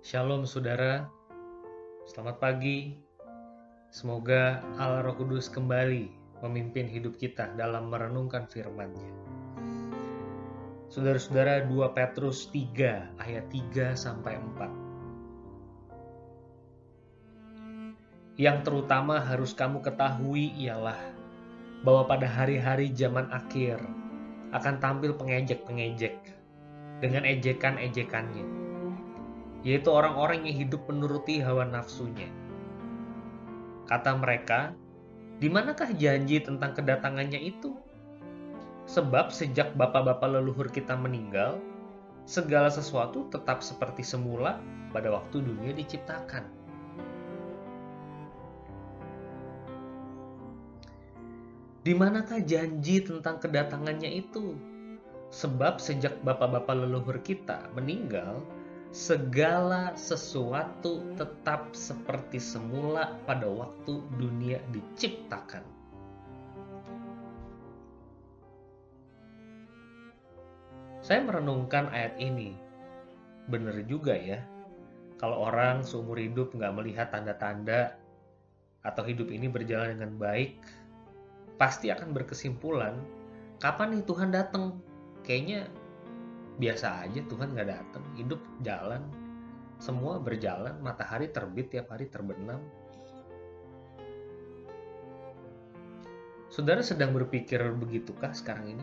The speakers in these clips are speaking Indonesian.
Shalom saudara, selamat pagi. Semoga Allah Roh Kudus kembali memimpin hidup kita dalam merenungkan firman-Nya. Saudara-saudara, 2 Petrus 3 ayat 3-4. Yang terutama harus kamu ketahui ialah bahwa pada hari-hari zaman akhir akan tampil pengejek-pengejek dengan ejekan-ejekannya, yaitu orang-orang yang hidup menuruti hawa nafsunya. Kata mereka, di manakah janji tentang kedatangannya itu? Sebab sejak bapak-bapak leluhur kita meninggal, segala sesuatu tetap seperti semula pada waktu dunia diciptakan. Di manakah janji tentang kedatangannya itu? Sebab sejak bapak-bapak leluhur kita meninggal, segala sesuatu tetap seperti semula pada waktu dunia diciptakan. Saya merenungkan ayat ini. Benar juga ya, kalau orang seumur hidup nggak melihat tanda-tanda atau hidup ini berjalan dengan baik, pasti akan berkesimpulan, kapan nih Tuhan datang? Kayaknya biasa aja, Tuhan nggak datang, hidup jalan, semua berjalan, matahari terbit tiap hari terbenam. Saudara sedang berpikir begitukah sekarang ini?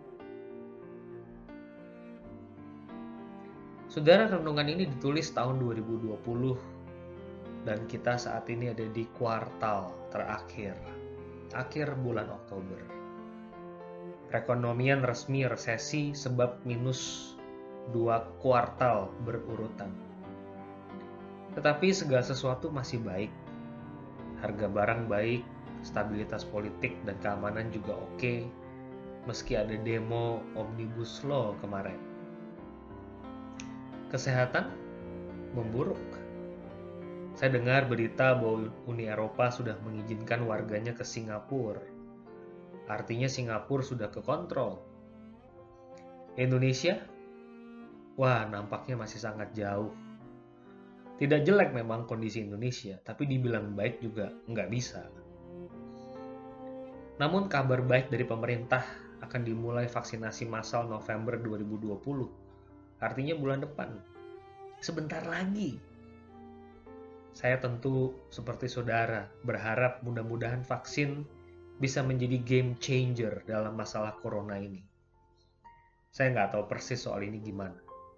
Saudara, renungan ini ditulis tahun 2020 dan kita saat ini ada di kuartal terakhir, akhir bulan Oktober. Perekonomian resmi resesi sebab minus 2 kuartal berurutan. Tetapi segala sesuatu masih baik. Harga barang baik, stabilitas politik dan keamanan juga oke, meski ada demo Omnibus Law kemarin. Kesehatan memburuk. Saya dengar berita bahwa Uni Eropa sudah mengizinkan warganya ke Singapura. Artinya Singapura sudah kekontrol. Indonesia? Wah, nampaknya masih sangat jauh. Tidak jelek memang kondisi Indonesia, tapi dibilang baik juga nggak bisa. Namun kabar baik dari pemerintah akan dimulai vaksinasi massal November 2020. Artinya bulan depan. Sebentar lagi. Saya tentu seperti saudara berharap mudah-mudahan vaksin bisa menjadi game changer dalam masalah corona ini. Saya nggak tahu persis soal ini gimana.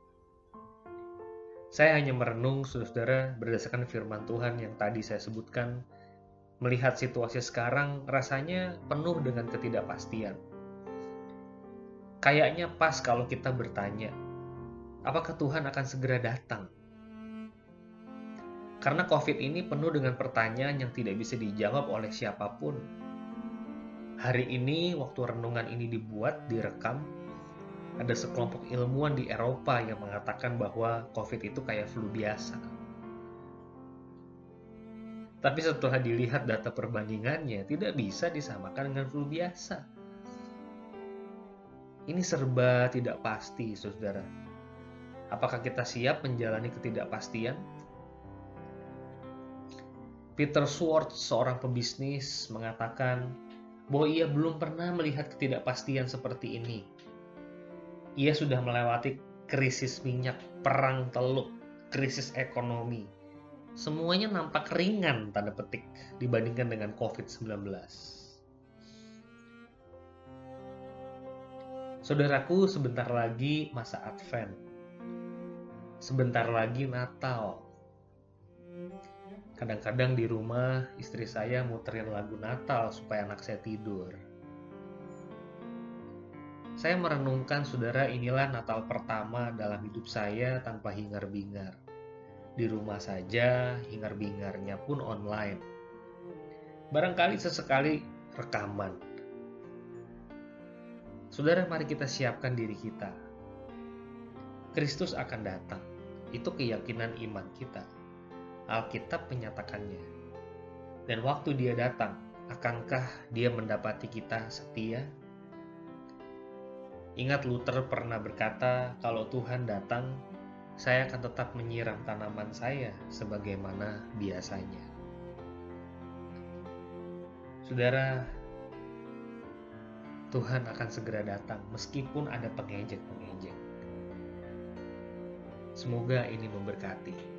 Saya hanya merenung, saudara, berdasarkan firman Tuhan yang tadi saya sebutkan, melihat situasi sekarang rasanya penuh dengan ketidakpastian. Kayaknya pas kalau kita bertanya, apakah Tuhan akan segera datang? Karena COVID ini penuh dengan pertanyaan yang tidak bisa dijawab oleh siapapun. Hari ini, waktu renungan ini dibuat, direkam, ada sekelompok ilmuwan di Eropa yang mengatakan bahwa COVID itu kayak flu biasa. Tapi setelah dilihat data perbandingannya, tidak bisa disamakan dengan flu biasa. Ini serba tidak pasti, saudara. Apakah kita siap menjalani ketidakpastian? Peter Schwartz, seorang pebisnis, mengatakan bahwa ia belum pernah melihat ketidakpastian seperti ini. Ia sudah melewati krisis minyak, perang teluk, krisis ekonomi. Semuanya nampak ringan, tanda petik, dibandingkan dengan COVID-19. Saudaraku, sebentar lagi masa Advent. Sebentar lagi Natal. Kadang-kadang di rumah istri saya muterin lagu Natal supaya anak saya tidur. Saya merenungkan, saudara, inilah Natal pertama dalam hidup saya tanpa hingar-bingar. Di rumah saja, hingar-bingarnya pun online. Barangkali sesekali rekaman. Saudara, mari kita siapkan diri kita. Kristus akan datang. Itu keyakinan iman kita. Alkitab menyatakannya. Dan waktu dia datang, akankah dia mendapati kita setia? Ingat Luther pernah berkata, kalau Tuhan datang, saya akan tetap menyiram tanaman saya sebagaimana biasanya. Saudara, Tuhan akan segera datang meskipun ada pengejek-pengejek. Semoga ini memberkati.